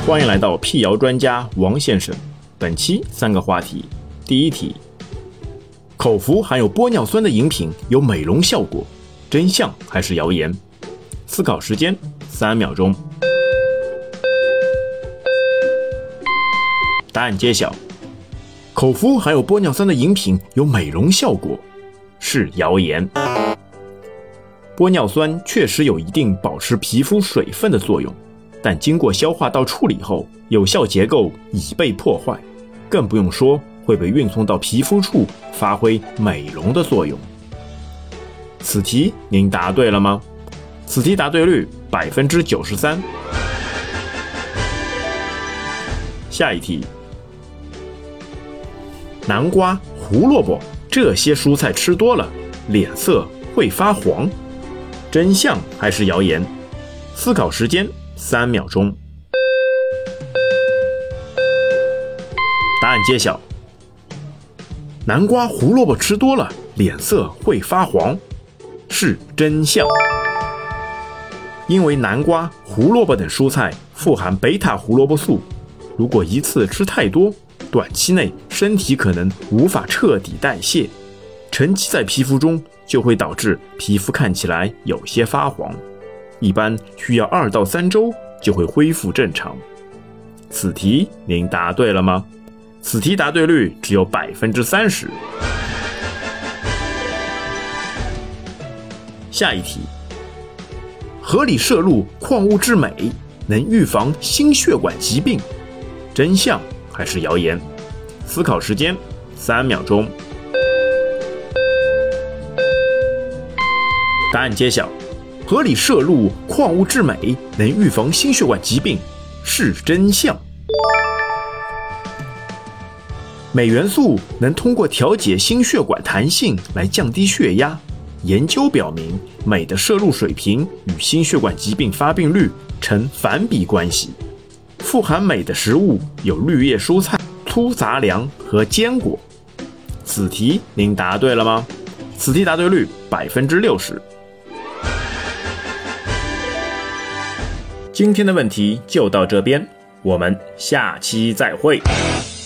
欢迎来到辟谣专家王先生。本期3个话题。第一题，口服含有玻尿酸的饮品有美容效果，真相还是谣言？思考时间3秒钟。答案揭晓，口服含有玻尿酸的饮品有美容效果，是谣言。玻尿酸确实有一定保持皮肤水分的作用，但经过消化道处理后，有效结构已被破坏，更不用说会被运送到皮肤处发挥美容的作用。此题您答对了吗？此题答对率93%。下一题，南瓜、胡萝卜这些蔬菜吃多了，脸色会发黄，真相还是谣言？思考时间3秒钟。答案揭晓，南瓜、胡萝卜吃多了，脸色会发黄，是真相。因为南瓜、胡萝卜等蔬菜富含贝塔胡萝卜素，如果一次吃太多，短期内身体可能无法彻底代谢，沉积在皮肤中，就会导致皮肤看起来有些发黄，一般需要2到3周就会恢复正常。此题您答对了吗？此题答对率只有30%。下一题，合理摄入矿物质镁能预防心血管疾病，真相还是谣言？思考时间3秒钟。答案揭晓，合理摄入矿物质镁能预防心血管疾病，是真相。镁元素能通过调节心血管弹性来降低血压。研究表明，镁的摄入水平与心血管疾病发病率呈反比关系。富含镁的食物有绿叶蔬菜、粗杂粮和坚果。此题您答对了吗？此题答对率60%。今天的问题就到这边，我们下期再会。